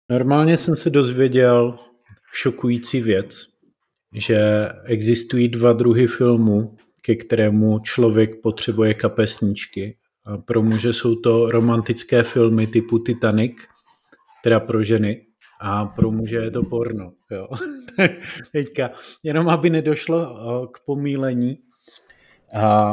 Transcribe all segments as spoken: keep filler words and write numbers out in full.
Normálně jsem se dozvěděl šokující věc, že existují dva druhy filmů, ke kterému člověk potřebuje kapesníčky. A pro muže jsou to romantické filmy typu Titanic, teda pro ženy, a pro muže je to porno. Jo. Teďka, jenom aby nedošlo k pomýlení. A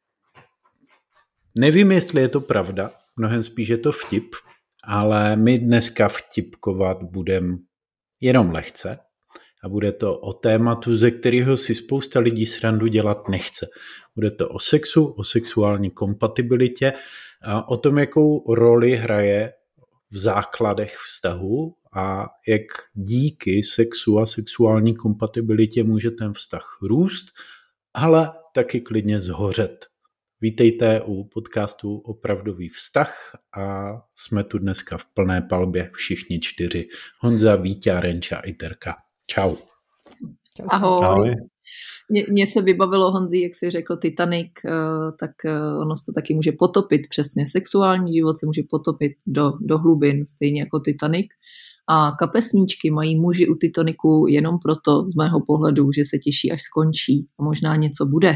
nevím, jestli je to pravda, mnohem spíš je to vtip, ale my dneska vtipkovat budeme jenom lehce a bude to o tématu, ze kterého si spousta lidí srandu dělat nechce. Bude to o sexu, o sexuální kompatibilitě a o tom, jakou roli hraje v základech vztahu a jak díky sexu a sexuální kompatibilitě může ten vztah růst, ale taky klidně zhořet. Vítejte u podcastu Opravdový vztah a jsme tu dneska v plné palbě všichni čtyři. Honza, Víťa, Renča i Terka. Čau. Ahoj. Ahoj. Mně se vybavilo, Honzi, jak jsi řekl Titanic, tak ono se to taky může potopit přesně. Sexuální život se může potopit do, do hlubin, stejně jako Titanic. A kapesníčky mají muži u Titanicu jenom proto, z mého pohledu, že se těší, až skončí a možná něco bude.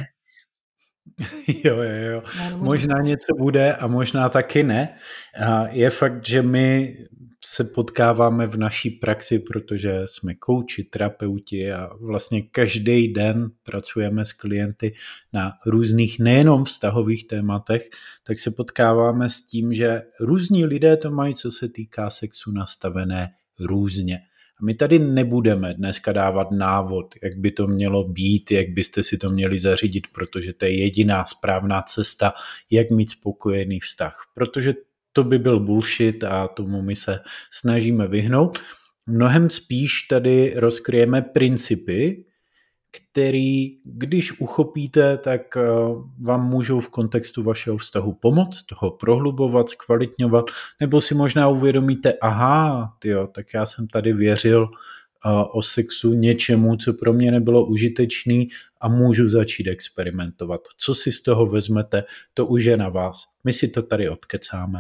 Jo, jo, jo. Možná něco bude a možná taky ne. A je fakt, že my se potkáváme v naší praxi, protože jsme kouči, terapeuti a vlastně každý den pracujeme s klienty na různých nejenom vztahových tématech, tak se potkáváme s tím, že různí lidé to mají, co se týká sexu, nastavené různě. A my tady nebudeme dneska dávat návod, jak by to mělo být, jak byste si to měli zařídit, protože to je jediná správná cesta, jak mít spokojený vztah. Protože to by byl bullshit a tomu my se snažíme vyhnout. Mnohem spíš tady rozkryjeme principy, který, když uchopíte, tak vám můžou v kontextu vašeho vztahu pomoct, ho prohlubovat, zkvalitňovat, nebo si možná uvědomíte, aha, tyjo, tak já jsem tady věřil o sexu něčemu, co pro mě nebylo užitečný a můžu začít experimentovat. Co si z toho vezmete, to už je na vás. My si to tady odkecáme.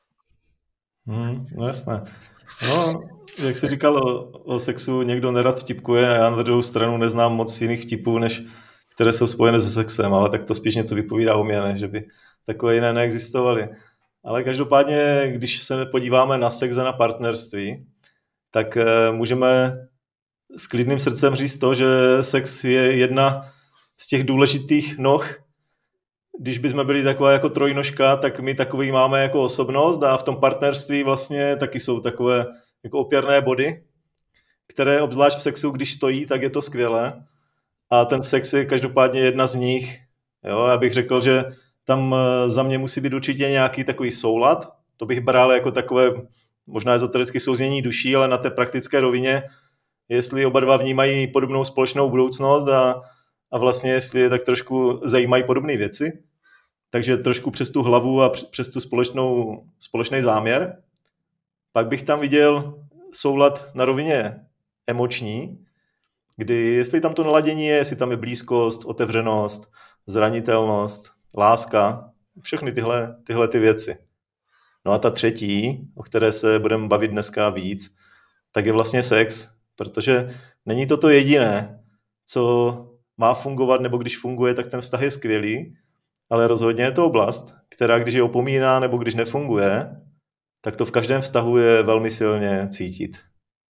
Hmm, no jasné. No, jak jsi říkal o, o sexu, někdo nerad vtipkuje a já na druhou stranu neznám moc jiných vtipů, než které jsou spojené se sexem, ale tak to spíš něco vypovídá o mě, ne, že by takové jiné neexistovaly. Ale každopádně, když se podíváme na sex a na partnerství, tak můžeme s klidným srdcem říct to, že sex je jedna z těch důležitých noh. Když bychom byli taková jako trojnožka, tak my takový máme jako osobnost a v tom partnerství vlastně taky jsou takové jako opěrné body, které obzvlášť v sexu, když stojí, tak je to skvělé. A ten sex je každopádně jedna z nich. Jo, já bych řekl, že tam za mě musí být určitě nějaký takový soulad. To bych bral jako takové možná ezoterické souznění duší, ale na té praktické rovině, jestli oba dva vnímají podobnou společnou budoucnost a, a vlastně jestli je tak trošku zajímají podobné věci. Takže trošku přes tu hlavu a přes tu společnou, společný záměr. Pak bych tam viděl soulad na rovině emoční, kdy jestli tam to naladění je, jestli tam je blízkost, otevřenost, zranitelnost, láska, všechny tyhle, tyhle ty věci. No a ta třetí, o které se budeme bavit dneska víc, tak je vlastně sex, protože není to to jediné, co má fungovat, nebo když funguje, tak ten vztah je skvělý, ale rozhodně je to oblast, která když je opomíná nebo když nefunguje, tak to v každém vztahu je velmi silně cítit.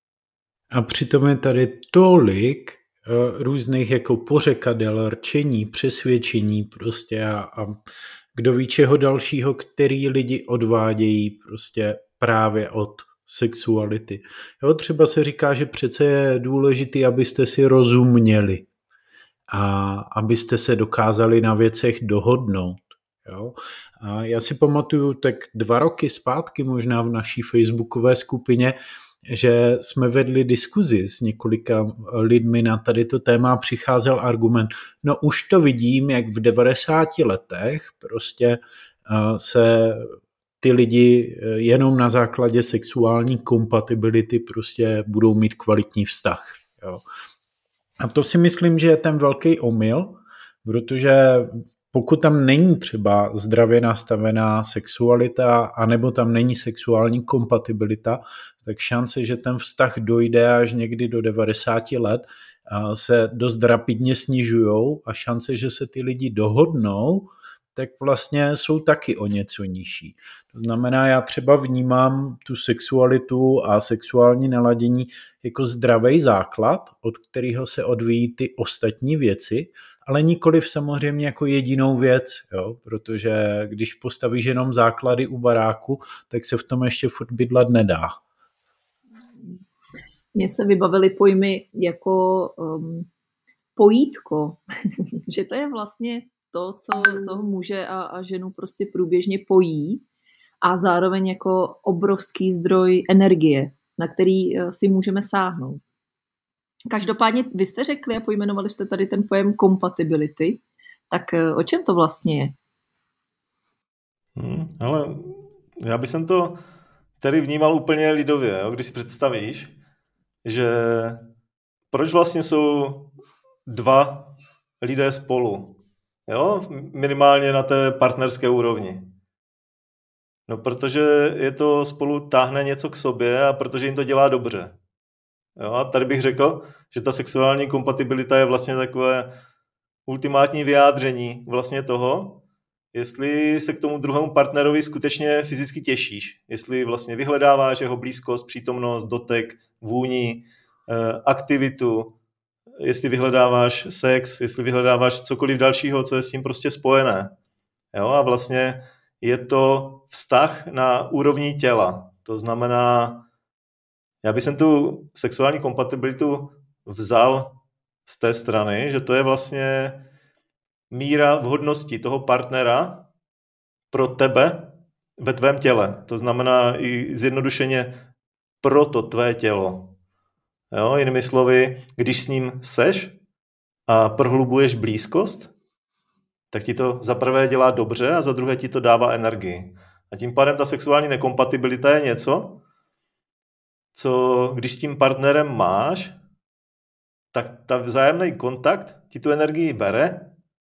A přitom je tady tolik uh, různých jako pořekadel, rčení, přesvědčení prostě a, a kdo ví čeho dalšího, který lidi odvádějí prostě právě od sexuality. Jo, třeba se říká, že přece je důležitý, abyste si rozuměli a abyste se dokázali na věcech dohodnout. Jo? A já si pamatuju tak dva roky zpátky možná v naší facebookové skupině, že jsme vedli diskuzi s několika lidmi na tady to téma a přicházel argument, no už to vidím, jak v devadesáti letech prostě se ty lidi jenom na základě sexuální kompatibility prostě budou mít kvalitní vztah. Jo? A to si myslím, že je ten velký omyl, protože pokud tam není třeba zdravě nastavená sexualita, anebo tam není sexuální kompatibilita, tak šance, že ten vztah dojde až někdy do devadesáti let, se dost rapidně snižujou a šance, že se ty lidi dohodnou, tak vlastně jsou taky o něco nižší. To znamená, já třeba vnímám tu sexualitu a sexuální naladění jako zdravý základ, od kterého se odvíjí ty ostatní věci, ale nikoliv samozřejmě jako jedinou věc, jo? Protože když postavíš jenom základy u baráku, tak se v tom ještě furt bydlet nedá. Mně se vybavily pojmy jako um, pojítko, že to je vlastně to, co toho muže a, a ženu prostě průběžně pojí a zároveň jako obrovský zdroj energie, na který si můžeme sáhnout. Každopádně vy jste řekli a pojmenovali jste tady ten pojem compatibility, tak o čem to vlastně je? Hmm, ale já bych to tady vnímal úplně lidově, jo? Když si představíš, že proč vlastně jsou dva lidé spolu, jo? Minimálně na té partnerské úrovni. No, protože je to spolu táhne něco k sobě a protože jim to dělá dobře. Jo? A tady bych řekl, že ta sexuální kompatibilita je vlastně takové ultimátní vyjádření vlastně toho, jestli se k tomu druhému partnerovi skutečně fyzicky těšíš, jestli vlastně vyhledáváš jeho blízkost, přítomnost, dotek, vůni, aktivitu, jestli vyhledáváš sex, jestli vyhledáváš cokoliv dalšího, co je s tím prostě spojené. Jo? A vlastně je to vztah na úrovni těla. To znamená, já bych tu sexuální kompatibilitu vzal z té strany, že to je vlastně míra vhodnosti toho partnera pro tebe ve tvém těle. To znamená i zjednodušeně pro to tvé tělo. Jo? Jinými slovy, když s ním seš a prohlubuješ blízkost, tak ti to za prvé dělá dobře a za druhé ti to dává energii. A tím pádem ta sexuální nekompatibilita je něco, co když s tím partnerem máš, tak ta vzájemný kontakt ti tu energii bere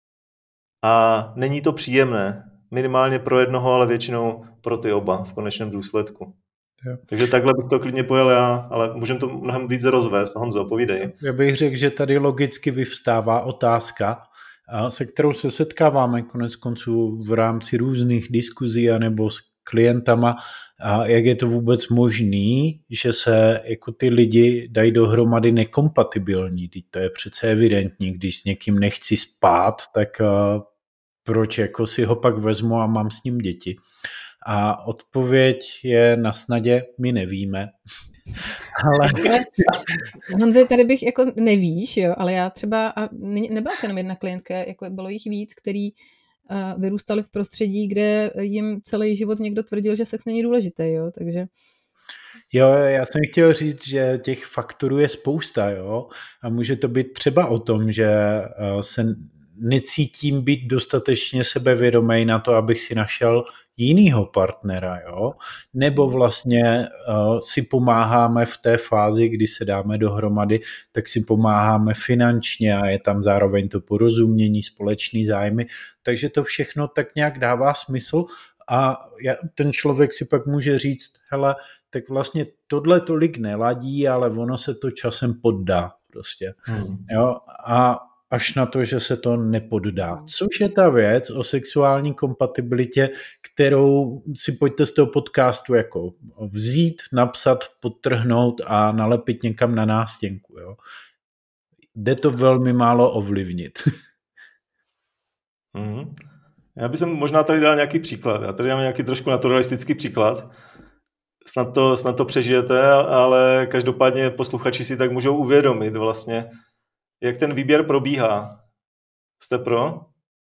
a není to příjemné. Minimálně pro jednoho, ale většinou pro ty oba v konečném důsledku. Jo. Takže takhle bych to klidně pojel já, ale můžeme to mnohem více rozvést. Honzo, povídej. Já bych řekl, že tady logicky vyvstává otázka, se kterou se setkáváme konec konců v rámci různých diskuzí anebo s klientama, a jak je to vůbec možný, že se jako ty lidi dají dohromady nekompatibilní. To je přece evidentní, když s někým nechci spát, tak proč jako si ho pak vezmu a mám s ním děti. A odpověď je na snadě, my nevíme. Ale... Honzi, tady bych jako nevíš, jo, ale já třeba, a nebyla to jenom jedna klientka, jako bylo jich víc, který uh, vyrůstali v prostředí, kde jim celý život někdo tvrdil, že sex není důležitý, jo, takže... Jo, já jsem chtěl říct, že těch faktorů je spousta, jo, a může to být třeba o tom, že uh, se necítím být dostatečně sebevědomý na to, abych si našel jinýho partnera, jo? Nebo vlastně uh, si pomáháme v té fázi, kdy se dáme dohromady, tak si pomáháme finančně a je tam zároveň to porozumění, společný zájmy, takže to všechno tak nějak dává smysl a ten člověk si pak může říct, hele, tak vlastně tohle tolik neladí, ale ono se to časem poddá prostě, hmm. jo, a až na to, že se to nepoddá. Což je ta věc o sexuální kompatibilitě, kterou si pojďte z toho podcastu jako vzít, napsat, podtrhnout a nalepit někam na nástěnku. Jo. Jde to velmi málo ovlivnit. Mm-hmm. Já bych možná tady dal nějaký příklad. Já tady dám nějaký trošku naturalistický příklad. Snad to, snad to přežijete, ale každopádně posluchači si tak můžou uvědomit vlastně, jak ten výběr probíhá. Jste pro?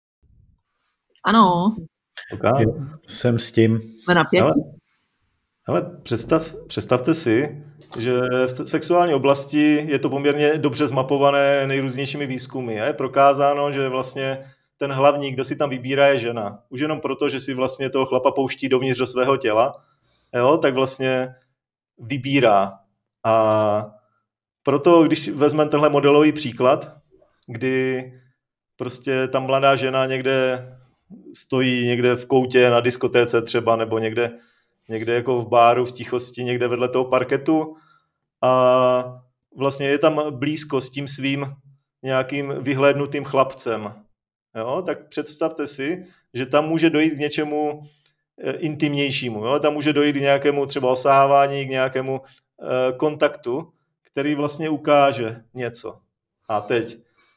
Ano. Okay. Jsem s tím. Jsme napětí. Ale, ale představ, představte si, že v sexuální oblasti je to poměrně dobře zmapované nejrůznějšími výzkumy. A je prokázáno, že vlastně ten hlavní, kdo si tam vybírá, je žena. Už jenom proto, že si vlastně toho chlapa pouští dovnitř do svého těla, jo, tak vlastně vybírá. A proto, když vezmeme tenhle modelový příklad, kdy prostě ta mladá žena někde stojí někde v koutě na diskotéce třeba, nebo někde, někde jako v báru, v tichosti, někde vedle toho parketu a vlastně je tam blízko s tím svým nějakým vyhlédnutým chlapcem. Jo? Tak představte si, že tam může dojít k něčemu intimnějšímu. Jo? Tam může dojít k nějakému třeba osahávání, k nějakému e, kontaktu, který vlastně ukáže něco. A teď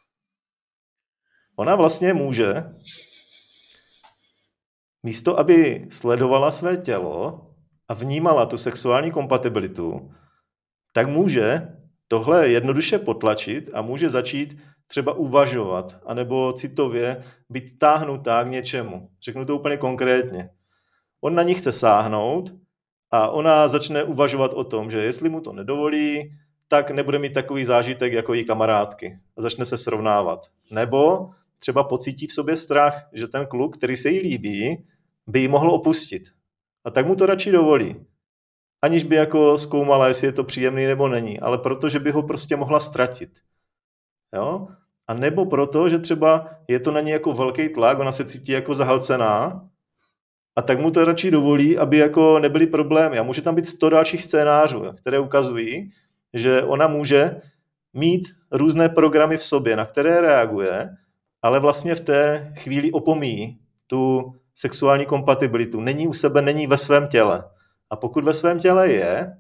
ona vlastně může místo, aby sledovala své tělo a vnímala tu sexuální kompatibilitu, tak může tohle jednoduše potlačit a může začít třeba uvažovat, anebo citově být táhnutá k něčemu. Řeknu to úplně konkrétně. On na ní chce sáhnout a ona začne uvažovat o tom, že jestli mu to nedovolí, tak nebude mít takový zážitek jako její kamarádky. A začne se srovnávat. Nebo třeba pocítí v sobě strach, že ten kluk, který se jí líbí, by ji mohl opustit. A tak mu to radši dovolí. Aniž by jako zkoumala, jestli je to příjemný nebo není, ale protože by ho prostě mohla ztratit. Jo? A nebo proto, že třeba je to na ní jako velký tlak, ona se cítí jako zahlcená a tak mu to radši dovolí, aby jako nebyly problémy. A může tam být sto dalších scénářů, které ukazují, že ona může mít různé programy v sobě, na které reaguje, ale vlastně v té chvíli opomíjí tu sexuální kompatibilitu. Není u sebe, není ve svém těle. A pokud ve svém těle je,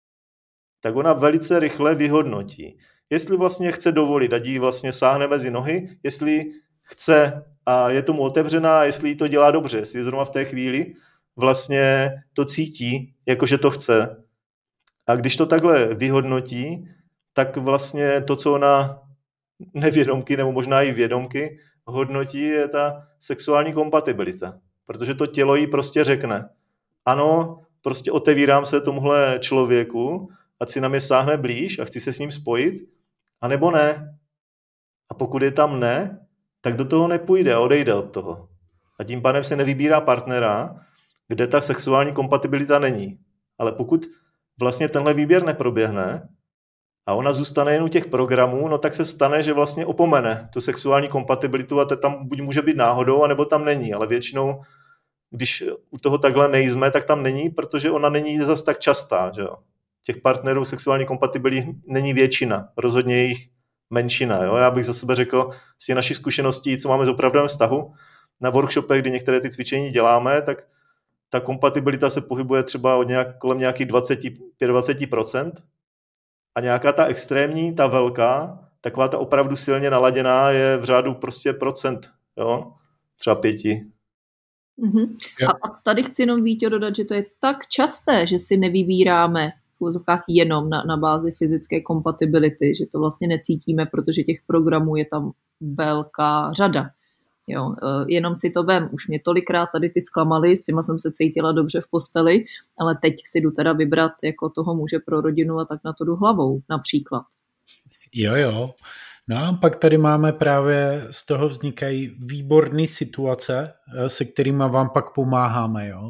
tak ona velice rychle vyhodnotí, jestli vlastně chce dovolit, ať jí vlastně sáhne mezi nohy, jestli chce a je tomu otevřená, jestli jí to dělá dobře, jestli zrovna v té chvíli vlastně to cítí, jakože to chce. A když to takhle vyhodnotí, tak vlastně to, co ona nevědomky nebo možná i vědomky hodnotí, je ta sexuální kompatibilita. Protože to tělo jí prostě řekne, ano, prostě otevírám se tomuhle člověku, ať si na mě sáhne blíž a chci se s ním spojit, anebo ne. A pokud je tam ne, tak do toho nepůjde a odejde od toho. A tím pádem se nevybírá partnera, kde ta sexuální kompatibilita není. Ale pokud vlastně tenhle výběr neproběhne a ona zůstane jen u těch programů, no tak se stane, že vlastně opomene tu sexuální kompatibilitu a to tam buď může být náhodou, anebo tam není. Ale většinou, když u toho takhle nejsme, tak tam není, protože ona není zas tak častá. Že jo? Těch partnerů sexuální kompatibility není většina, rozhodně jejich menšina. Jo? Já bych za sebe řekl, z těch našich zkušeností, co máme z opravdovém vztahu, na workshopech, kdy některé ty cvičení děláme, tak ta kompatibilita se pohybuje třeba od nějak, kolem nějakých dvacet až dvacet pět procent a nějaká ta extrémní, ta velká, taková ta opravdu silně naladěná je v řádu prostě procent, jo? Třeba pěti. Mm-hmm. A, a tady chci jenom, Víťo, dodat, že to je tak časté, že si nevybíráme v úvozovkách jenom na, na bázi fyzické kompatibility, že to vlastně necítíme, protože těch programů je tam velká řada. Jo, jenom si to vem, už mě tolikrát tady ty zklamaly, s těma jsem se cítila dobře v posteli, ale teď si jdu teda vybrat jako toho muže pro rodinu a tak na to jdu hlavou, například. Jo, jo. No a pak tady máme právě, z toho vznikají výborné situace, se kterými vám pak pomáháme, jo.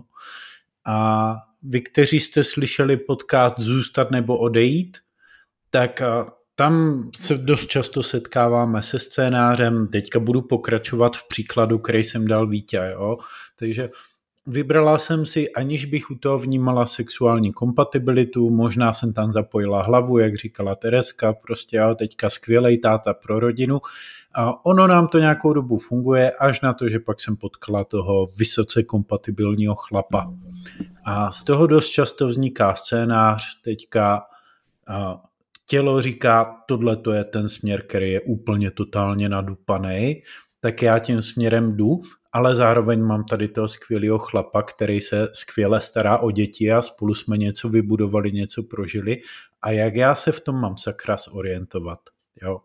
A vy, kteří jste slyšeli podcast Zůstat nebo odejít, tak tam se dost často setkáváme se scénářem, teďka budu pokračovat v příkladu, který jsem dal Vítě, jo. Takže vybrala jsem si, aniž bych u toho vnímala sexuální kompatibilitu, možná jsem tam zapojila hlavu, jak říkala Tereska, prostě jo, teďka skvělej táta pro rodinu. A ono nám to nějakou dobu funguje, až na to, že pak jsem potkala toho vysoce kompatibilního chlapa. A z toho dost často vzniká scénář, teďka a tělo říká, tohle to je ten směr, který je úplně totálně nadupaný, tak já tím směrem jdu, ale zároveň mám tady toho skvělého chlapa, který se skvěle stará o děti a spolu jsme něco vybudovali, něco prožili a jak já se v tom mám sakra zorientovat. Jo.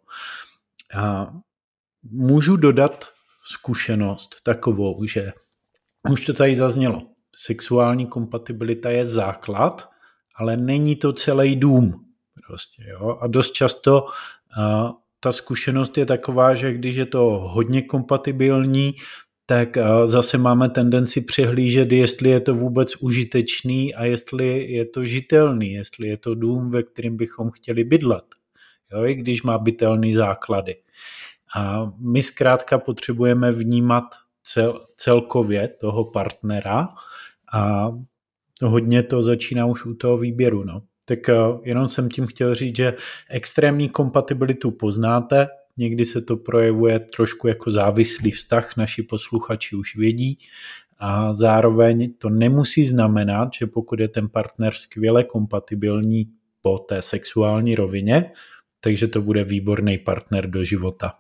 A můžu dodat zkušenost takovou, že už to tady zaznělo, sexuální kompatibilita je základ, ale není to celý dům. Prostě, jo. A dost často uh, ta zkušenost je taková, že když je to hodně kompatibilní, tak uh, zase máme tendenci přehlížet, jestli je to vůbec užitečný a jestli je to žitelný, jestli je to dům, ve kterém bychom chtěli bydlet, jo, i když má bytelný základy. A my zkrátka potřebujeme vnímat cel, celkově toho partnera a hodně to začíná už u toho výběru. No. Tak jenom jsem tím chtěl říct, že extrémní kompatibilitu poznáte, někdy se to projevuje trošku jako závislý vztah, naši posluchači už vědí, a zároveň to nemusí znamenat, že pokud je ten partner skvěle kompatibilní po té sexuální rovině, takže to bude výborný partner do života.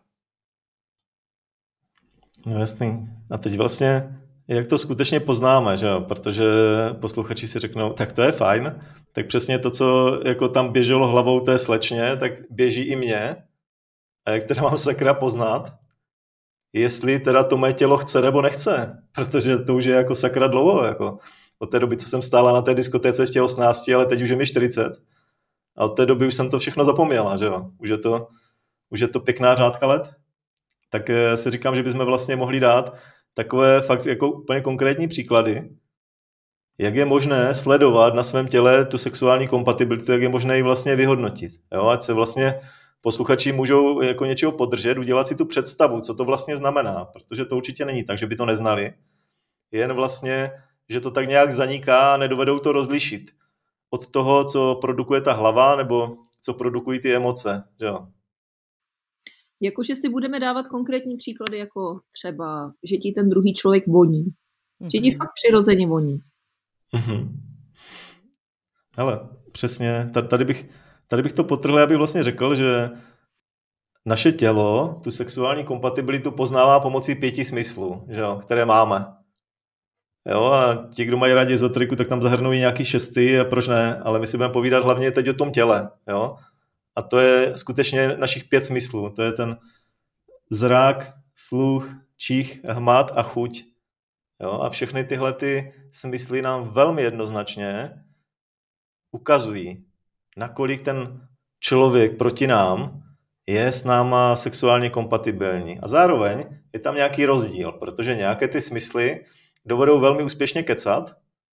No jasný. A teď vlastně, jak to skutečně poznáme, že jo? Protože posluchači si řeknou, tak to je fajn, tak přesně to, co jako tam běželo hlavou té slečně, tak běží i mně. A jak teda mám sakra poznat, jestli teda to mé tělo chce nebo nechce, protože to už je jako sakra dlouho, jako od té doby, co jsem stála na té diskotéce v těch osmnácti, ale teď už je mi čtyřicet. A od té doby už jsem to všechno zapomněla, že jo. Už je to, už je to pěkná řádka let. Tak si říkám, že bychom vlastně mohli dát takové fakt jako úplně konkrétní příklady, jak je možné sledovat na svém těle tu sexuální kompatibilitu, jak je možné ji vlastně vyhodnotit. Jo? Ať se vlastně posluchači můžou jako něčeho podržet, udělat si tu představu, co to vlastně znamená, protože to určitě není tak, že by to neznali. Jen vlastně, že to tak nějak zaniká a nedovedou to rozlišit od toho, co produkuje ta hlava nebo co produkují ty emoce. Jo? Jakože si budeme dávat konkrétní příklady, jako třeba, že ti ten druhý člověk voní. Mm-hmm. Že ti fakt přirozeně voní. Mm-hmm. Hele, přesně, tady bych, tady bych to podtrhl, já bych vlastně řekl, že naše tělo tu sexuální kompatibilitu poznává pomocí pěti smyslů, že jo, které máme. Jo, a ti, kdo mají rádi ezoteriku, tak tam zahrnují nějaký šesty, a proč ne, ale my si budeme povídat hlavně teď o tom těle, jo. A to je skutečně našich pět smyslů. To je ten zrak, sluch, čich, hmat a chuť. Jo? A všechny tyhle ty smysly nám velmi jednoznačně ukazují, nakolik ten člověk proti nám je s náma sexuálně kompatibilní. A zároveň je tam nějaký rozdíl, protože nějaké ty smysly dovedou velmi úspěšně kecat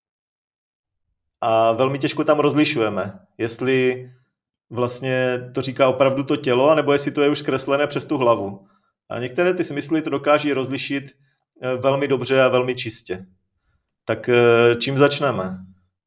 a velmi těžko tam rozlišujeme, jestli vlastně to říká opravdu to tělo, anebo jestli to je už zkreslené přes tu hlavu. A některé ty smysly to dokáží rozlišit velmi dobře a velmi čistě. Tak čím začneme?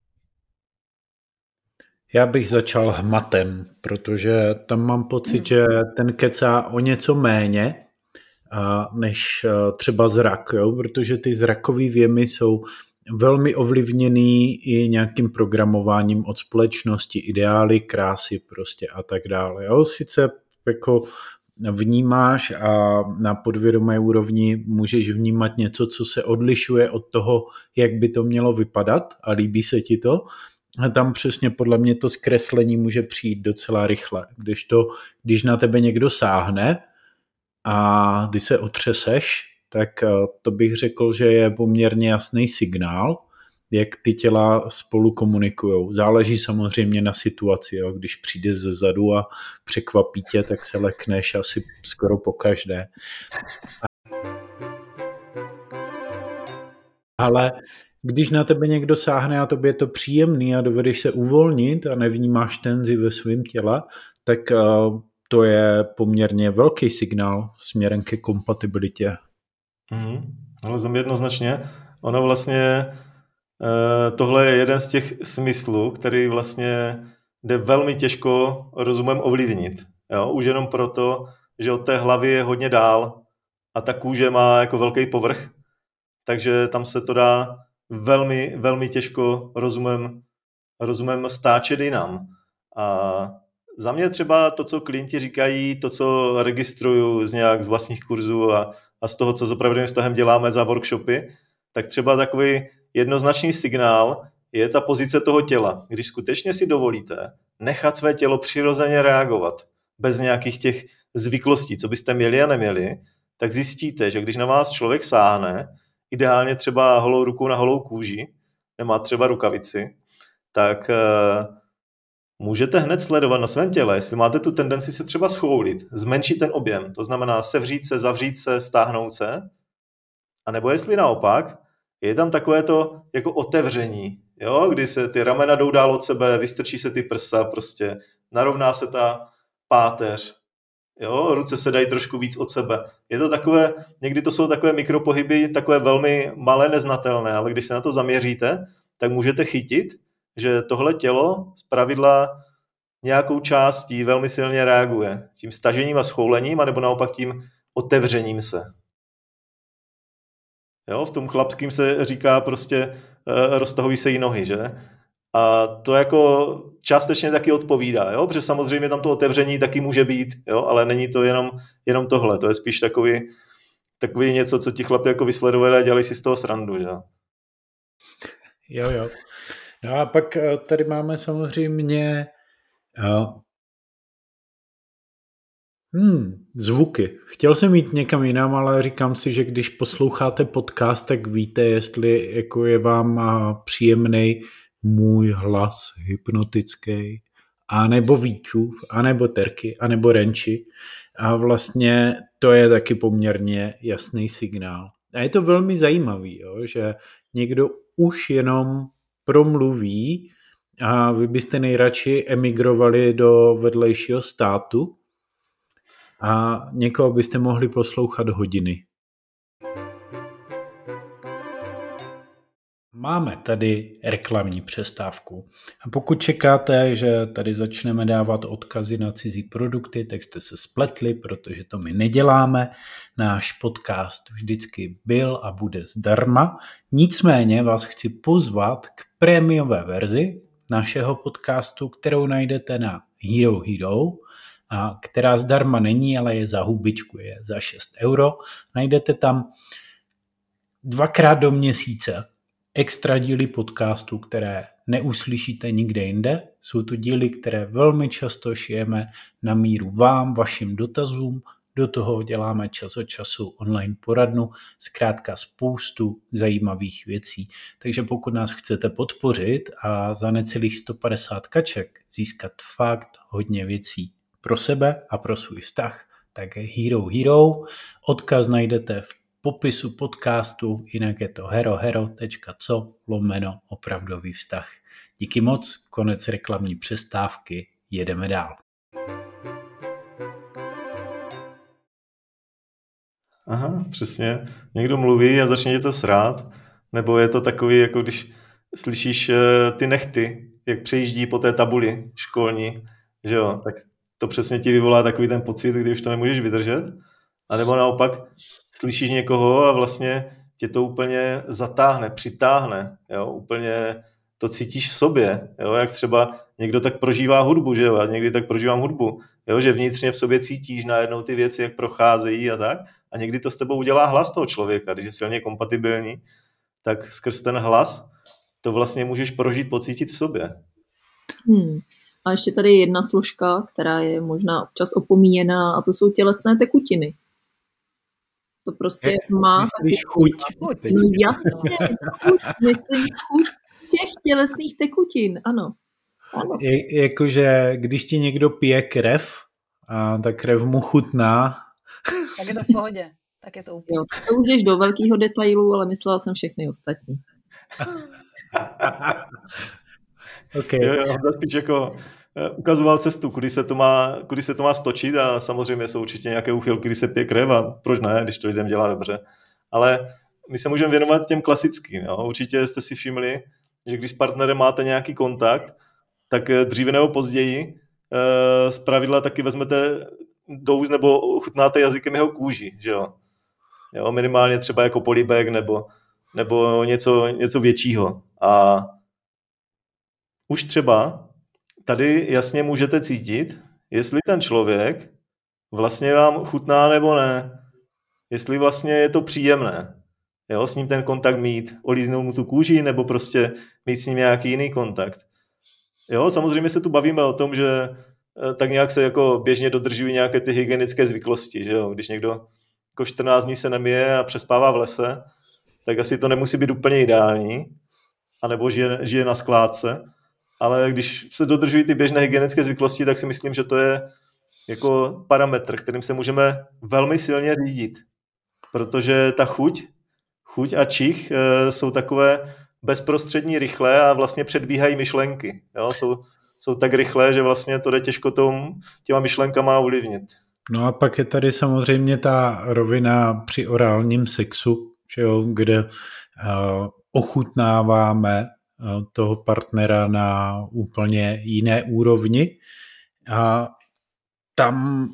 Já bych začal hmatem, protože tam mám pocit, že ten kecá o něco méně než třeba zrak, jo? Protože ty zrakové věmy jsou velmi ovlivněný i nějakým programováním od společnosti, ideály, krásy prostě a tak dále. Jo? Sice jako vnímáš a na podvědomé úrovni můžeš vnímat něco, co se odlišuje od toho, jak by to mělo vypadat a líbí se ti to. A tam přesně podle mě to zkreslení může přijít docela rychle. Když, to, když na tebe někdo sáhne a ty se otřeseš, tak to bych řekl, že je poměrně jasný signál, jak ty těla spolu komunikujou. Záleží samozřejmě na situaci. Jo. Když přijde ze zadu a překvapí tě, tak se lekneš asi skoro pokaždé. Ale když na tebe někdo sáhne a tobě je to příjemný a dovedeš se uvolnit a nevnímáš tenzi ve svém těle, tak to je poměrně velký signál směrem ke kompatibilitě. Mm, ale za mě jednoznačně. Ono vlastně tohle je jeden z těch smyslů, který vlastně jde velmi těžko rozumem ovlivnit. Jo? Už jenom proto, že od té hlavy je hodně dál a ta kůže má jako velký povrch, takže tam se to dá velmi, velmi těžko rozumem, rozumem stáčet jinam. A za mě třeba to, co klienti říkají, to, co registruju z nějak z vlastních kurzů a, a z toho, co s opravdovým vztahem děláme za workshopy, tak třeba takový jednoznačný signál je ta pozice toho těla. Když skutečně si dovolíte nechat své tělo přirozeně reagovat, bez nějakých těch zvyklostí, co byste měli a neměli, tak zjistíte, že když na vás člověk sáhne, ideálně třeba holou rukou na holou kůži, nemá třeba rukavici, tak uh, můžete hned sledovat na svém těle, jestli máte tu tendenci se třeba schoulit, zmenšit ten objem, to znamená sevřít se, zavřít se, stáhnout se, a nebo jestli naopak, je tam takové to jako otevření, jo? Kdy se ty ramena jdou dál od sebe, vystrčí se ty prsa, prostě narovná se ta páteř, Jo, ruce se dají trošku víc od sebe. Je to takové, někdy to jsou takové mikropohyby, takové velmi malé, neznatelné, ale když se na to zaměříte, tak můžete chytit, že tohle tělo zpravidla nějakou částí velmi silně reaguje. Tím stažením a schoulením, anebo naopak tím otevřením se. Jo, v tom chlapským se říká prostě uh, roztahují se jí nohy, že? A to jako částečně taky odpovídá, jo? Protože samozřejmě tam to otevření taky může být, jo? Ale není to jenom, jenom tohle, to je spíš takový, takový něco, co ti chlapi jako vysledovali a dělali si z toho srandu, že? Jo, jo. No a pak tady máme samozřejmě uh, hmm, zvuky. Chtěl jsem jít někam jinam, ale říkám si, že když posloucháte podcast, tak víte, jestli jako je vám příjemný můj hlas hypnotický, anebo Vítův, anebo Terky, anebo Renči. A vlastně to je taky poměrně jasný signál. A je to velmi zajímavý, jo, že někdo už jenom promluví a vy byste nejradši emigrovali do vedlejšího státu a někoho byste mohli poslouchat hodiny. Máme tady reklamní přestávku. A pokud čekáte, že tady začneme dávat odkazy na cizí produkty, tak jste se spletli, protože to my neděláme. Náš podcast vždycky byl a bude zdarma. Nicméně vás chci pozvat k prémiové verzi našeho podcastu, kterou najdete na Hero Hero, a která zdarma není, ale je za hubičku, je za šest euro. Najdete tam dvakrát do měsíce extra díly podcastu, které neuslyšíte nikde jinde. Jsou to díly, které velmi často šijeme na míru vám, vašim dotazům. Do toho děláme čas od času online poradnu, zkrátka spoustu zajímavých věcí. Takže pokud nás chcete podpořit a za necelých sto padesát kaček získat fakt hodně věcí pro sebe a pro svůj vztah, tak je Hero Hero. Odkaz najdete v popisu podcastu, jinak je to herohero tečka co lomeno opravdový vztah. Díky moc, konec reklamní přestávky, jedeme dál. Aha, přesně. Někdo mluví a začne tě to srát, nebo je to takový, jako když slyšíš ty nechty, jak přejíždí po té tabuli školní, že jo, tak to přesně ti vyvolá takový ten pocit, kdy už to nemůžeš vydržet. A nebo naopak slyšíš někoho a vlastně tě to úplně zatáhne, přitáhne, jo, úplně to cítíš v sobě, jo, jak třeba někdo tak prožívá hudbu, že jo, a někdy tak prožívám hudbu, jo, že vnitřně v sobě cítíš najednou ty věci, jak procházejí a tak, a někdy to s tebou udělá hlas toho člověka, když je silně kompatibilní, tak skrz ten hlas to vlastně můžeš prožít, pocítit v sobě. Hmm. A ještě tady je jedna složka, která je možná občas opomíjená, a to jsou tělesné tekutiny. To prostě Jak má... Myslíš chuť? No jasně, chuť, myslím chuť těch tělesných tekutin, ano. ano. Je, jakože když ti někdo pije krev, a ta krev mu chutná. Tak je to v pohodě. Tak je to úplně. Jo, to už jdeš do velkého detailu, ale myslela jsem všechny ostatní. Okay. Jo, jo, spíš jako ukazoval cestu, kudy se, to má, kudy se to má stočit, a samozřejmě jsou určitě nějaké úchylky, kdy se pije krev, a proč ne, když to lidem dělá dobře. Ale my se můžeme věnovat těm klasickým. Jo. Určitě jste si všimli, že když s partnerem máte nějaký kontakt, tak dříve nebo později e, zpravidla taky vezmete do úst nebo chutnáte jazykem jeho kůži. Že jo? Jo, minimálně třeba jako polibek nebo, nebo něco, něco většího. A už třeba tady jasně můžete cítit, jestli ten člověk vlastně vám chutná nebo ne. Jestli vlastně je to příjemné. Jo, s ním ten kontakt mít, olíznout mu tu kůži, nebo prostě mít s ním nějaký jiný kontakt. Jo, samozřejmě se tu bavíme o tom, že tak nějak se jako běžně dodržují nějaké ty hygienické zvyklosti. Že jo? Když někdo jako čtrnáct dní se nemije a přespává v lese, tak asi to nemusí být úplně ideální, anebo žije, žije na skládce. Ale když se dodržují ty běžné hygienické zvyklosti, tak si myslím, že to je jako parametr, kterým se můžeme velmi silně řídit. Protože ta chuť, chuť a čich e, jsou takové bezprostřední, rychlé a vlastně předbíhají myšlenky. Jo? Jsou, jsou tak rychlé, že vlastně to jde těžko tom, těma myšlenkama ovlivnit. No a pak je tady samozřejmě ta rovina při orálním sexu, že jo, kde uh, ochutnáváme uh, toho partnera na úplně jiné úrovni a tam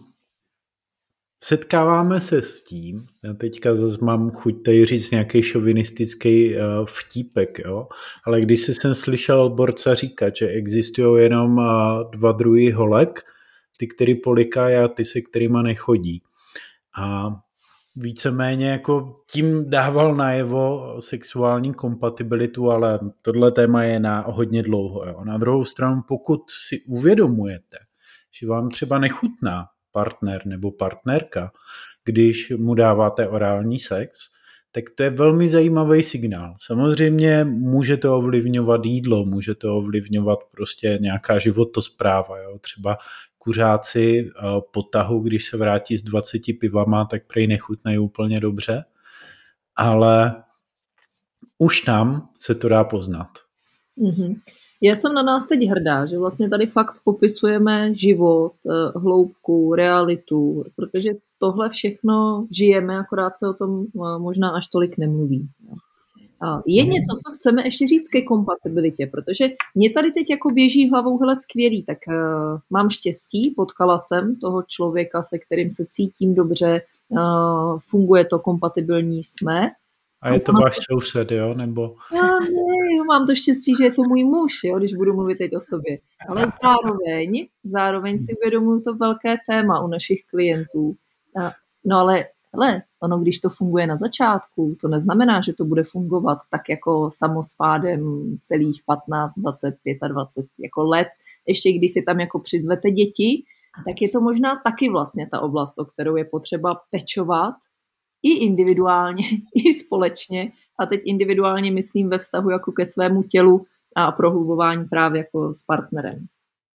setkáváme se s tím, já teďka zase mám chuť tady říct nějaký šovinistický uh, vtípek, jo? Ale když si jsem slyšel borca říkat, že existují jenom uh, dva druhy holek, ty, který polikají a ty, se kterýma nechodí. A víceméně jako tím dával najevo sexuální kompatibilitu, ale tohle téma je na hodně dlouho. Jo? Na druhou stranu, pokud si uvědomujete, že vám třeba nechutná partner nebo partnerka, když mu dáváte orální sex, tak to je velmi zajímavý signál. Samozřejmě může to ovlivňovat jídlo, může to ovlivňovat prostě nějaká životospráva. Jo? Třeba kuřáci po tahu, když se vrátí s dvaceti pivama, tak prej nechutnají úplně dobře, ale už tam se to dá poznat. Mm-hmm. Já jsem na nás teď hrdá, že vlastně tady fakt popisujeme život, hloubku, realitu, protože tohle všechno žijeme, akorát se o tom možná až tolik nemluví. Je něco, co chceme ještě říct ke kompatibilitě, protože mě tady teď jako běží hlavou, hele skvělý, tak uh, mám štěstí, potkala jsem toho člověka, se kterým se cítím dobře, uh, funguje to, kompatibilní jsme. A je to a váš soused, jo? Nebo... Já ne, mám to štěstí, že je to můj muž, jo, když budu mluvit teď o sobě. Ale zároveň, zároveň si uvědomuji to velké téma u našich klientů. No ale hele, ono, když to funguje na začátku, to neznamená, že to bude fungovat tak jako samospádem celých patnáct, dvacet, dvacet pět jako let. Ještě když si tam jako přizvete děti, tak je to možná taky vlastně ta oblast, o kterou je potřeba pečovat i individuálně, i společně. A teď individuálně myslím ve vztahu jako ke svému tělu a prohlubování právě jako s partnerem.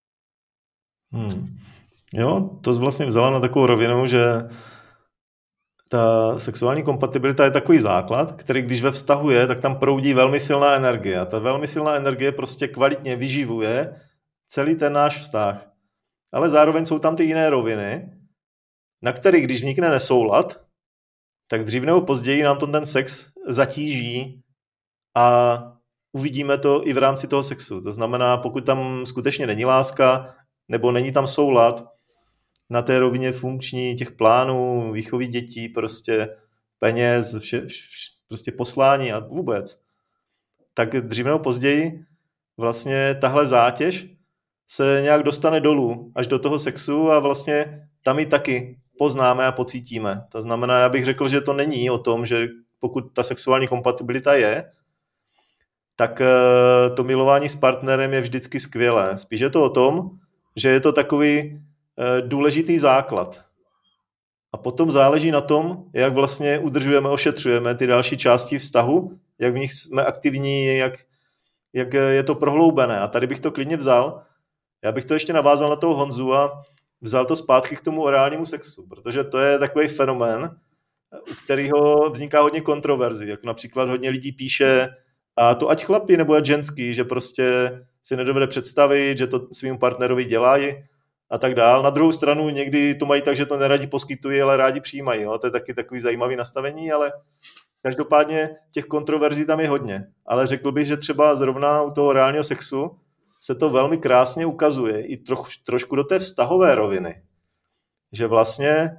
Hmm. Jo, to jsi vlastně vzala na takovou rovinu, že ta sexuální kompatibilita je takový základ, který když ve vztahu je, tak tam proudí velmi silná energie. A ta velmi silná energie prostě kvalitně vyživuje celý ten náš vztah. Ale zároveň jsou tam ty jiné roviny, na kterých, když vznikne nesoulad, tak dřív nebo později nám to ten sex zatíží a uvidíme to i v rámci toho sexu. To znamená, pokud tam skutečně není láska nebo není tam soulad, na té rovině funkční těch plánů, výchovy dětí, prostě peněz, vše, vše, prostě poslání a vůbec, tak dřív nebo později vlastně tahle zátěž se nějak dostane dolů až do toho sexu a vlastně tam ji taky poznáme a pocítíme. To znamená, já bych řekl, že to není o tom, že pokud ta sexuální kompatibilita je, tak to milování s partnerem je vždycky skvělé. Spíš je to o tom, že je to takový důležitý základ. A potom záleží na tom, jak vlastně udržujeme, ošetřujeme ty další části vztahu, jak v nich jsme aktivní, jak, jak je to prohloubené. A tady bych to klidně vzal. Já bych to ještě navázal na toho Honzu a vzal to zpátky k tomu orálnímu sexu, protože to je takový fenomén, u kterého vzniká hodně kontroverzí. Jak například hodně lidí píše, a to ať chlapi nebo ať ženský, že prostě si nedovede představit, že to svým partnerovi dělají a tak dál. Na druhou stranu někdy to mají tak, že to neradi poskytují, ale rádi přijímají. Jo? To je taky takový zajímavý nastavení, ale každopádně těch kontroverzí tam je hodně. Ale řekl bych, že třeba zrovna u toho reálního sexu se to velmi krásně ukazuje i troch, trošku do té vztahové roviny. Že vlastně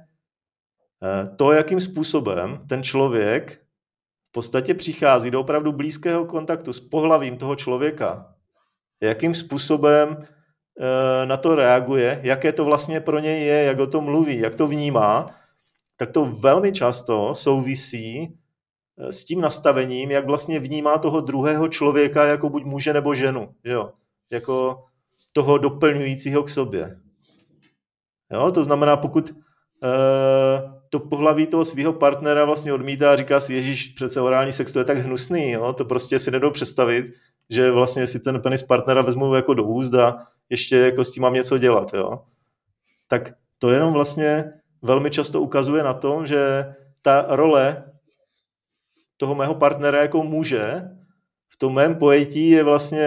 to, jakým způsobem ten člověk v podstatě přichází do opravdu blízkého kontaktu s pohlavím toho člověka, jakým způsobem na to reaguje, jaké to vlastně pro něj je, jak o tom mluví, jak to vnímá, tak to velmi často souvisí s tím nastavením, jak vlastně vnímá toho druhého člověka jako buď muže nebo ženu, že jo? Jako toho doplňujícího k sobě. Jo? To znamená, pokud uh, to pohlaví toho svého partnera vlastně odmítá a říká si, ježiš, přece orální sex to je tak hnusný, jo? To prostě si nedou představit, že vlastně si ten penis partnera vezmu jako do úst a ještě jako s tím mám něco dělat, jo. Tak to jenom vlastně velmi často ukazuje na tom, že ta role toho mého partnera jako muže v tom mém pojetí je vlastně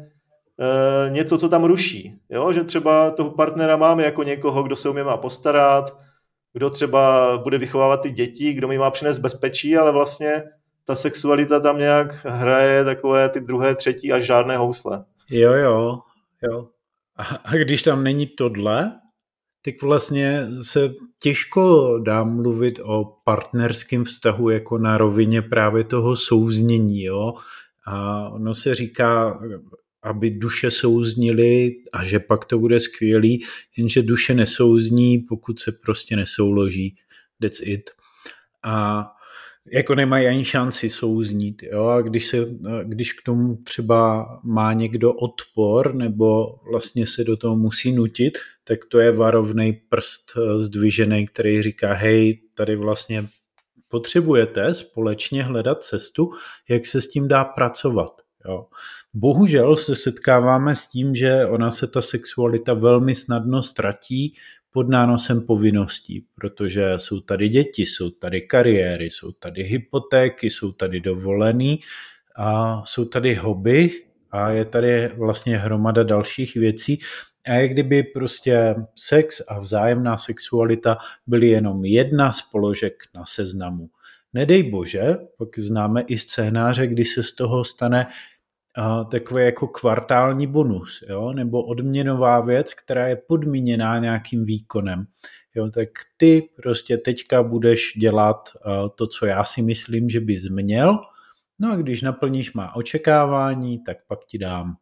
e, něco, co tam ruší, jo. Že třeba toho partnera máme jako někoho, kdo se o mě má postarat, kdo třeba bude vychovávat ty děti, kdo mi má přinést bezpečí, ale vlastně ta sexualita tam nějak hraje takové ty druhé, třetí až žádné housle. Jo, jo, jo. A, a když tam není tohle, tak vlastně se těžko dá mluvit o partnerském vztahu jako na rovině právě toho souznění, jo. A ono se říká, aby duše souznily a že pak to bude skvělý, jenže duše nesouzní, pokud se prostě nesouloží. That's it. A jako nemají ani šanci souznít. Jo? A když, se, když k tomu třeba má někdo odpor nebo vlastně se do toho musí nutit, tak to je varovnej prst zdvižený, který říká, hej, tady vlastně potřebujete společně hledat cestu, jak se s tím dá pracovat. Jo. Bohužel se setkáváme s tím, že ona se ta sexualita velmi snadno ztratí pod nánosem povinností, protože jsou tady děti, jsou tady kariéry, jsou tady hypotéky, jsou tady dovolený a jsou tady hobby a je tady vlastně hromada dalších věcí. A jak kdyby prostě sex a vzájemná sexualita byly jenom jedna z položek na seznamu. Nedej bože, pak známe i scénáře, kdy se z toho stane uh, takový jako kvartální bonus, jo? Nebo odměnová věc, která je podmíněná nějakým výkonem. Jo? Tak ty prostě teďka budeš dělat uh, to, co já si myslím, že bys měl, no a když naplníš má očekávání, tak pak ti dám.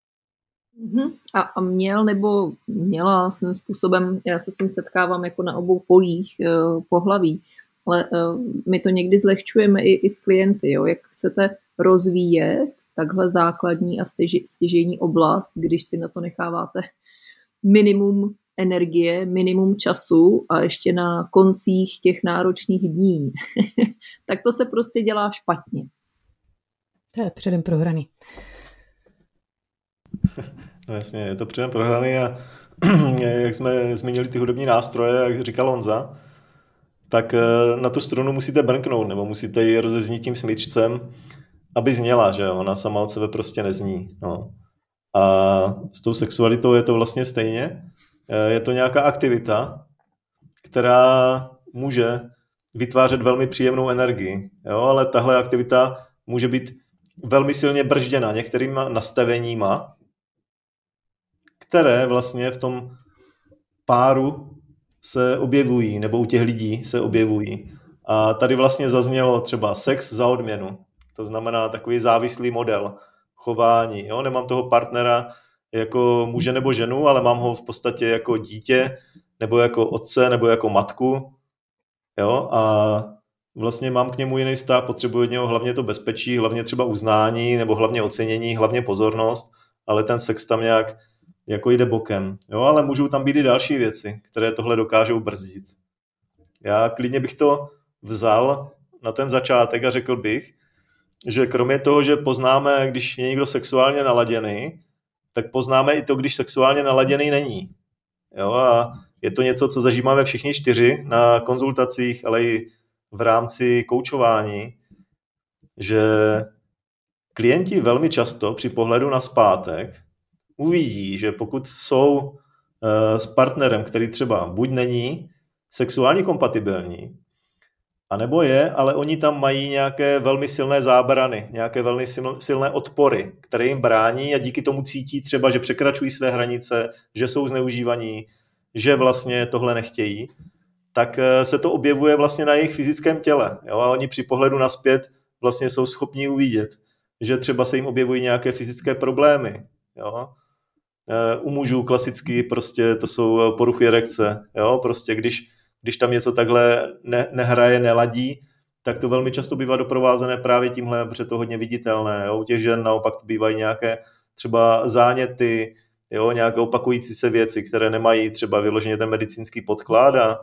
A, a měl nebo měla svým způsobem, já se s tím setkávám jako na obou polích eh, pohlaví, ale eh, my to někdy zlehčujeme i, i s klienty, jo? Jak chcete rozvíjet takhle základní a stěži, stěžejní oblast, když si na to necháváte minimum energie, minimum času a ještě na koncích těch náročných dní, tak to se prostě dělá špatně. To je předem prohraný. No jasně, je to předem prohraný a jak jsme zmínili ty hudební nástroje, jak říkal Honza, tak na tu strunu musíte brnknout, nebo musíte ji rozeznít tím smyčcem, aby zněla, že ona sama od sebe prostě nezní. No. A s tou sexualitou je to vlastně stejně. Je to nějaká aktivita, která může vytvářet velmi příjemnou energii, jo? Ale tahle aktivita může být velmi silně bržděna některýma nastaveníma, které vlastně v tom páru se objevují, nebo u těch lidí se objevují. A tady vlastně zaznělo třeba sex za odměnu. To znamená takový závislý model chování. Jo? Nemám toho partnera jako muže nebo ženu, ale mám ho v podstatě jako dítě, nebo jako otce, nebo jako matku. Jo? A vlastně mám k němu jiný vztah, potřebuji od něho hlavně to bezpečí, hlavně třeba uznání, nebo hlavně ocenění, hlavně pozornost, ale ten sex tam nějak jako jde bokem. Jo? Ale můžou tam být i další věci, které tohle dokážou brzdit. Já klidně bych to vzal na ten začátek a řekl bych, že kromě toho, že poznáme, když je někdo sexuálně naladěný, tak poznáme i to, když sexuálně naladěný není. Jo? A je to něco, co zažíváme všichni čtyři na konzultacích, ale i v rámci koučování, že klienti velmi často při pohledu na zpátek uvidí, že pokud jsou s partnerem, který třeba buď není sexuálně kompatibilní, anebo je, ale oni tam mají nějaké velmi silné zábrany, nějaké velmi silné odpory, které jim brání a díky tomu cítí třeba, že překračují své hranice, že jsou zneužívaní, že vlastně tohle nechtějí, tak se to objevuje vlastně na jejich fyzickém těle. Jo? A oni při pohledu nazpět vlastně jsou schopni uvidět, že třeba se jim objevují nějaké fyzické problémy. Jo? U mužů klasicky prostě to jsou poruchy erekce. Jo? Prostě když, když tam něco takhle ne, nehraje, neladí, tak to velmi často bývá doprovázené právě tímhle, protože to hodně viditelné. Jo? U těch žen naopak to bývají nějaké třeba záněty, jo? Nějaké opakující se věci, které nemají třeba vyloženě ten medicínský podklad a,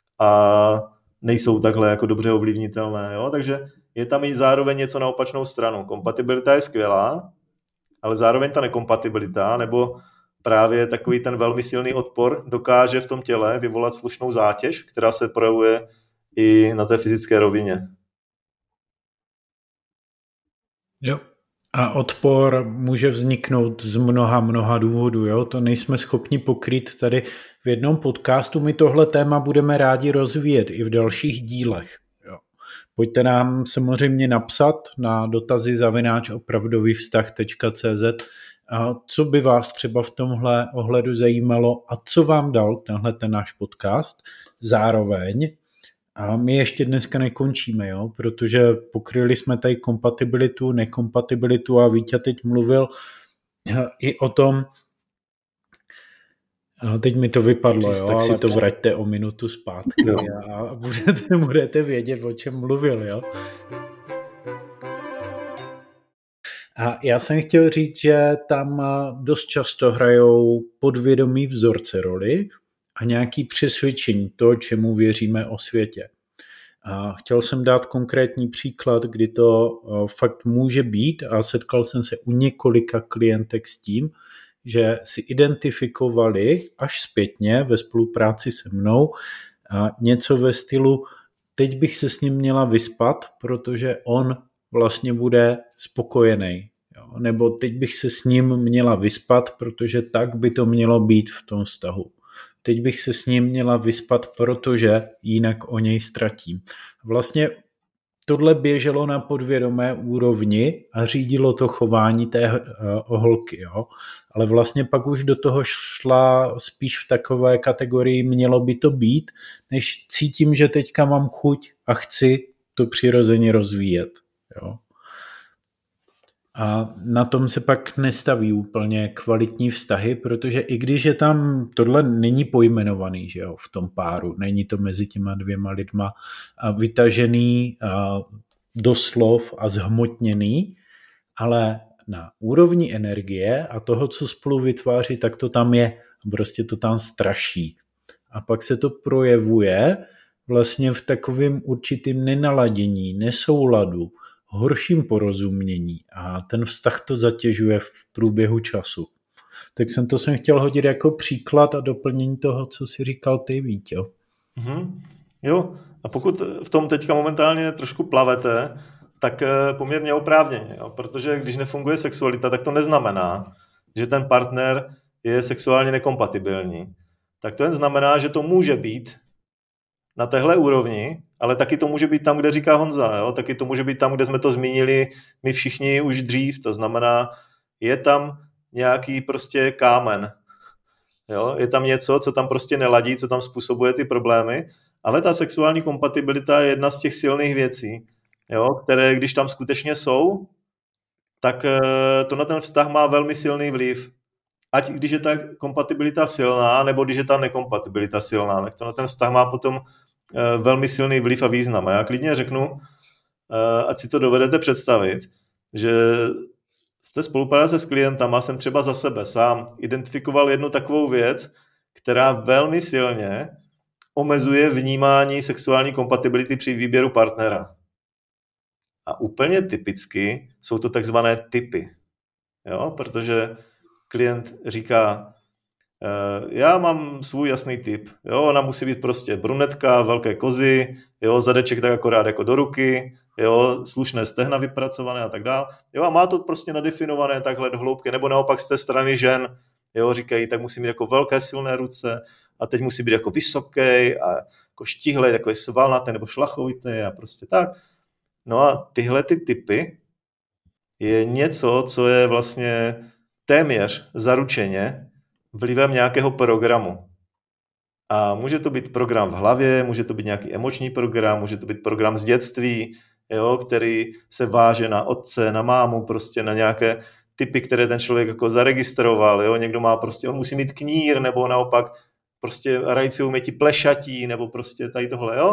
a nejsou takhle jako dobře ovlivnitelné. Jo? Takže je tam i zároveň něco na opačnou stranu. Kompatibilita je skvělá, ale zároveň ta nekompatibilita nebo právě takový ten velmi silný odpor dokáže v tom těle vyvolat slušnou zátěž, která se projevuje i na té fyzické rovině. Jo, A odpor může vzniknout z mnoha, mnoha důvodů. Jo? To nejsme schopni pokrýt tady v jednom podcastu. My tohle téma budeme rádi rozvíjet i v dalších dílech. Jo? Pojďte nám samozřejmě napsat na dotazy zavináč opravdovývztah tečka cé zet, co by vás třeba v tomhle ohledu zajímalo a co vám dal tenhle ten náš podcast. Zároveň a my ještě dneska nekončíme, jo? Protože pokryli jsme tady kompatibilitu, nekompatibilitu a Vítě teď mluvil i o tom, teď mi to vypadlo, jo? Ale to vraťte o minutu zpátky a budete, budete vědět, o čem mluvil. Jo? A já jsem chtěl říct, že tam dost často hrajou podvědomí vzorce roli a nějaké přesvědčení to, čemu věříme o světě. A chtěl jsem dát konkrétní příklad, kdy to fakt může být a setkal jsem se u několika klientek s tím, že si identifikovali až zpětně ve spolupráci se mnou něco ve stylu teď bych se s ním měla vyspat, protože on vlastně bude spokojený. Jo? Nebo teď bych se s ním měla vyspat, protože tak by to mělo být v tom vztahu. Teď bych se s ním měla vyspat, protože jinak o něj ztratím. Vlastně tohle běželo na podvědomé úrovni a řídilo to chování té uh, holky. Jo? Ale vlastně pak už do toho šla spíš v takové kategorii mělo by to být, než cítím, že teďka mám chuť a chci to přirozeně rozvíjet. Jo? A na tom se pak nestaví úplně kvalitní vztahy, protože i když je tam, tohle není pojmenovaný, že jo, v tom páru, není to mezi těma dvěma lidma a vytažený a doslov a zhmotněný, ale na úrovni energie a toho, co spolu vytváří, tak to tam je. Prostě to tam straší. A pak se to projevuje vlastně v takovém určitým nenaladění, nesouladu, horším porozumění a ten vztah to zatěžuje v průběhu času. Tak jsem to jsem chtěl hodit jako příklad a doplnění toho, co si říkal ty, Vítě. Mm-hmm. Jo, a pokud v tom teďka momentálně trošku plavete, tak poměrně oprávněně, jo? Protože když nefunguje sexualita, tak to neznamená, že ten partner je sexuálně nekompatibilní. Tak to jen znamená, že to může být na téhle úrovni, ale taky to může být tam, kde říká Honza, jo? Taky to může být tam, kde jsme to zmínili my všichni už dřív, to znamená, je tam nějaký prostě kámen, jo? Je tam něco, co tam prostě neladí, co tam způsobuje ty problémy, ale ta sexuální kompatibilita je jedna z těch silných věcí, jo? Které když tam skutečně jsou, tak to na ten vztah má velmi silný vliv. Ať když je ta kompatibilita silná, nebo když je ta nekompatibilita silná, tak to na ten vztah má potom velmi silný vliv a význam. A já klidně řeknu, ať si to dovedete představit, že jste spolupráce s klientama, jsem třeba za sebe sám identifikoval jednu takovou věc, která velmi silně omezuje vnímání sexuální kompatibility při výběru partnera. A úplně typicky jsou to takzvané typy. Jo? Protože klient říká, já mám svůj jasný typ, jo, ona musí být prostě brunetka, velké kozy, jo, zadeček tak akorát jako do ruky, jo, slušné stehna vypracované a tak dále, jo, a má to prostě nadefinované takhle do hloubky, nebo naopak z té strany žen, jo, říkají, tak musí mít jako velké silné ruce a teď musí být jako vysoký a jako štíhlej, takový svalnatý nebo šlachovitý a prostě tak. No a tyhle ty typy je něco, co je vlastně téměř zaručeně vlivem nějakého programu. A může to být program v hlavě, může to být nějaký emoční program, může to být program z dětství, jo, který se váže na otce, na mámu, prostě na nějaké typy, které ten člověk jako zaregistroval. Jo. Někdo má prostě, on musí mít knír, nebo naopak prostě rajci uměti plešatí, nebo prostě tady tohle, jo.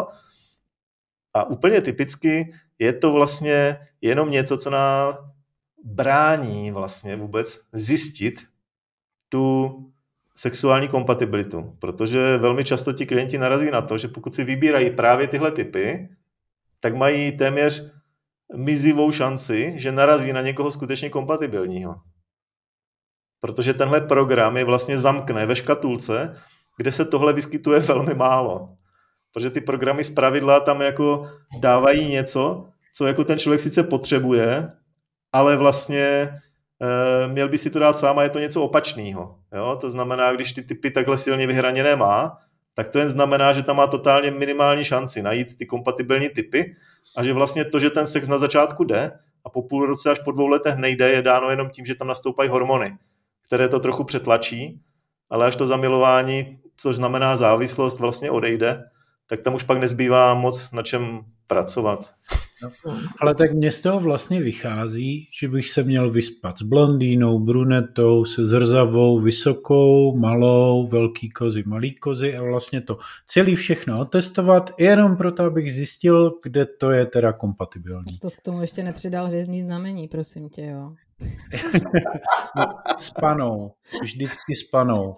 A úplně typicky je to vlastně jenom něco, co nám brání vlastně vůbec zjistit tu sexuální kompatibilitu, protože velmi často ti klienti narazí na to, že pokud si vybírají právě tyhle typy, tak mají téměř mizivou šanci, že narazí na někoho skutečně kompatibilního. Protože tenhle program je vlastně zamkne ve škatulce, kde se tohle vyskytuje velmi málo. Protože ty programy zpravidla tam jako dávají něco, co jako ten člověk sice potřebuje, ale vlastně e, měl by si to dát sám a je to něco opačného. Jo? To znamená, když ty typy takhle silně vyhraněné má, tak to jen znamená, že tam má totálně minimální šanci najít ty kompatibilní typy a že vlastně to, že ten sex na začátku jde a po půl roce až po dvou letech nejde, je dáno jenom tím, že tam nastoupají hormony, které to trochu přetlačí, ale až to zamilování, což znamená závislost, vlastně odejde, tak tam už pak nezbývá moc na čem pracovat. No, ale tak mně z toho vlastně vychází, že bych se měl vyspat s blondýnou, brunetou, se zrzavou, vysokou, malou, velký kozy, malý kozy a vlastně to celý všechno otestovat, jenom proto, abych zjistil, kde to je teda kompatibilní. To k tomu ještě nepřidal hvězdný znamení, prosím tě, jo. No, s panou, vždycky s panou.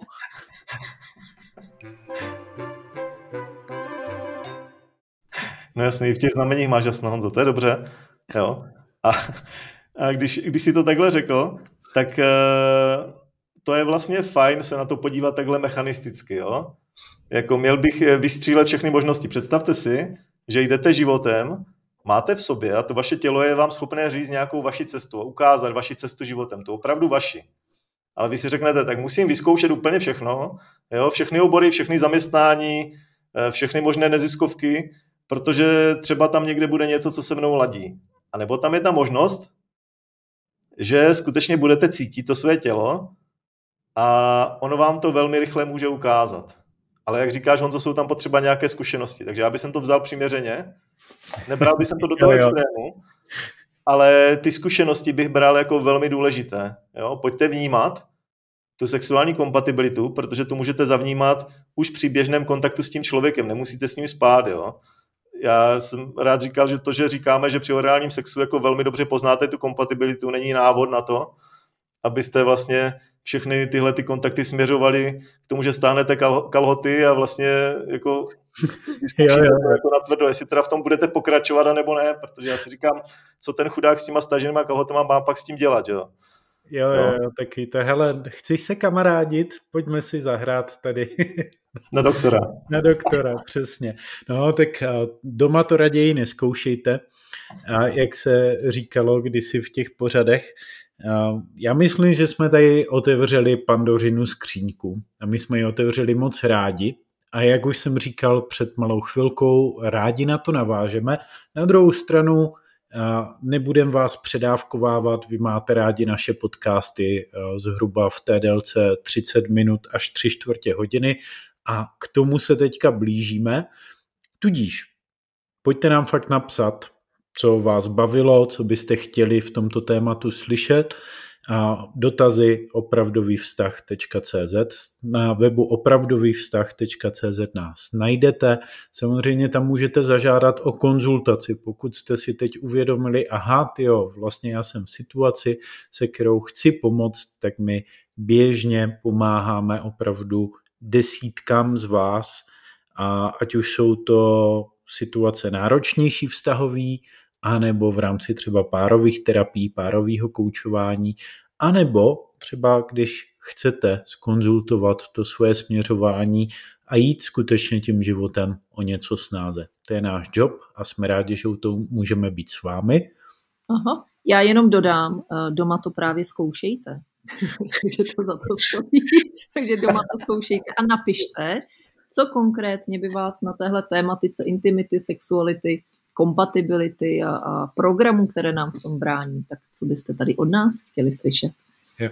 No jasný, v těch znameních máš jasno, Honzo, to je dobře. Jo. A, a když, když si to takhle řekl, tak uh, to je vlastně fajn se na to podívat takhle mechanisticky. Jo? Jako měl bych vystřílet všechny možnosti. Představte si, že jdete životem, máte v sobě a to vaše tělo je vám schopné říct nějakou vaši cestu a ukázat vaši cestu životem. To opravdu vaši. Ale vy si řeknete, tak musím vyzkoušet úplně všechno, jo? Všechny obory, všechny zaměstnání, všechny možné neziskovky, protože třeba tam někde bude něco, co se mnou ladí. A nebo tam je ta možnost, že skutečně budete cítit to své tělo a ono vám to velmi rychle může ukázat. Ale jak říkáš, Honzo, jsou tam potřeba nějaké zkušenosti. Takže já bych to vzal přiměřeně, nebral bych to do toho extrému, ale ty zkušenosti bych bral jako velmi důležité. Jo? Pojďte vnímat tu sexuální kompatibilitu, protože tu můžete zavnímat už při běžném kontaktu s tím člověkem, nemusíte s ním spát, jo. Já jsem rád říkal, že to, že říkáme, že při orálním sexu jako velmi dobře poznáte tu kompatibilitu, není návod na to, abyste vlastně všechny tyhle ty kontakty směřovali k tomu, že stáhnete kal- kalhoty a vlastně jako vyzkoušíte to jako natvrdo, jestli teda v tom budete pokračovat a nebo ne, protože já si říkám, co ten chudák s těma staženýma kalhotama má pak s tím dělat, jo. Jo, jo, jo, taky to, hele, chceš se kamarádit, pojďme si zahrát tady. Na doktora. Na doktora, přesně. No, tak doma to raději neskoušejte, jak se říkalo kdysi v těch pořadech. Já myslím, že jsme tady otevřeli Pandořinu skříňku a my jsme ji otevřeli moc rádi a jak už jsem říkal před malou chvilkou, rádi na to navážeme. Na druhou stranu nebudem vás předávkovávat, vy máte rádi naše podcasty zhruba v té délce třicet minut až tři čtvrtě hodiny a k tomu se teďka blížíme. Tudíž pojďte nám fakt napsat, co vás bavilo, co byste chtěli v tomto tématu slyšet. A dotazy opravdovývztah tečka cé zet. Na webu opravdovývztah tečka cé zet nás najdete. Samozřejmě tam můžete zažádat o konzultaci, pokud jste si teď uvědomili, aha, tyjo, vlastně já jsem v situaci, se kterou chci pomoct, tak my běžně pomáháme opravdu desítkám z vás, a ať už jsou to situace náročnější vztahový, anebo v rámci třeba párových terapií, párového koučování, anebo třeba když chcete zkonzultovat to svoje směřování a jít skutečně tím životem o něco snáze. To je náš job a jsme rádi, že u toho můžeme být s vámi. Aha. Já jenom dodám, doma to právě zkoušejte, protože to za to stojí. Takže doma to zkoušejte a napište, co konkrétně by vás na téhle tématice intimity, sexuality, kompatibility a, a programů, které nám v tom brání, tak co byste tady od nás chtěli slyšet? Jo.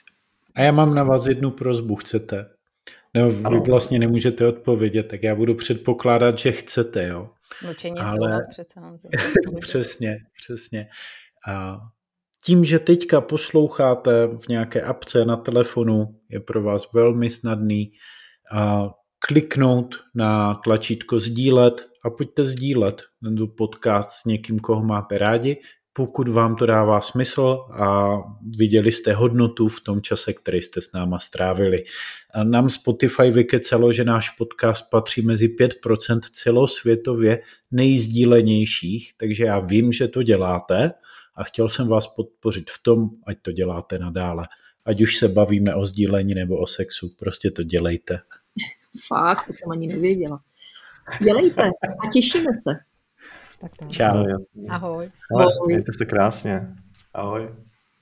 A já mám na vás jednu prosbu, chcete? No, vy ano. Vlastně nemůžete odpovědět, tak já budu předpokládat, že chcete, jo. Mlčení ale... jsou nás přece. Přesně, přesně. A tím, že teďka posloucháte v nějaké apce na telefonu, je pro vás velmi snadný a kliknout na tlačítko sdílet a pojďte sdílet tento podcast s někým, koho máte rádi, pokud vám to dává smysl a viděli jste hodnotu v tom čase, který jste s náma strávili. A nám Spotify vykecalo, že náš podcast patří mezi pět procent celosvětově nejsdílenějších, takže já vím, že to děláte a chtěl jsem vás podpořit v tom, ať to děláte nadále. Ať už se bavíme o sdílení nebo o sexu, prostě to dělejte. Fakt, to jsem ani nevěděla. Dělejte a těšíme se. Tak tak. Čau. Ahoj. Ahoj. Mějte se krásně. Ahoj.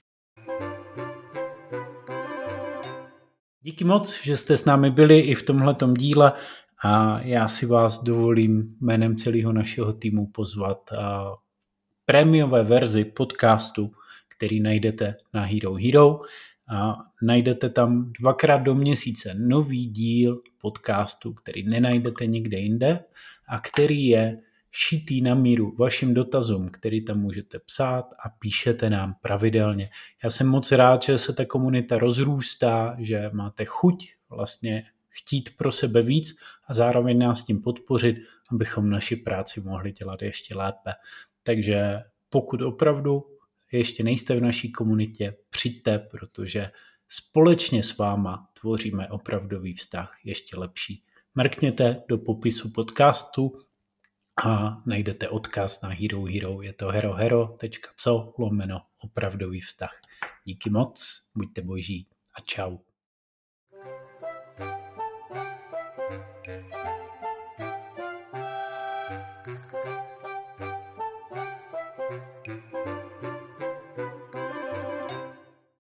Díky moc, že jste s námi byli i v tomhletom díle a já si vás dovolím jménem celého našeho týmu pozvat a prémiové verzi podcastu, který najdete na Hero Hero. A najdete tam dvakrát do měsíce nový díl podcastu, který nenajdete nikde jinde a který je šitý na míru vašim dotazům, který tam můžete psát a píšete nám pravidelně. Já jsem moc rád, že se ta komunita rozrůstá, že máte chuť vlastně chtít pro sebe víc a zároveň nás tím podpořit, abychom naši práci mohli dělat ještě lépe. Takže pokud opravdu ještě nejste v naší komunitě, přijďte, protože společně s váma tvoříme opravdový vztah ještě lepší. Mrkněte do popisu podcastu a najdete odkaz na Hero Hero. Je to herohero tečka co lomeno opravdový vztah. Díky moc, buďte boží a čau. Thank you.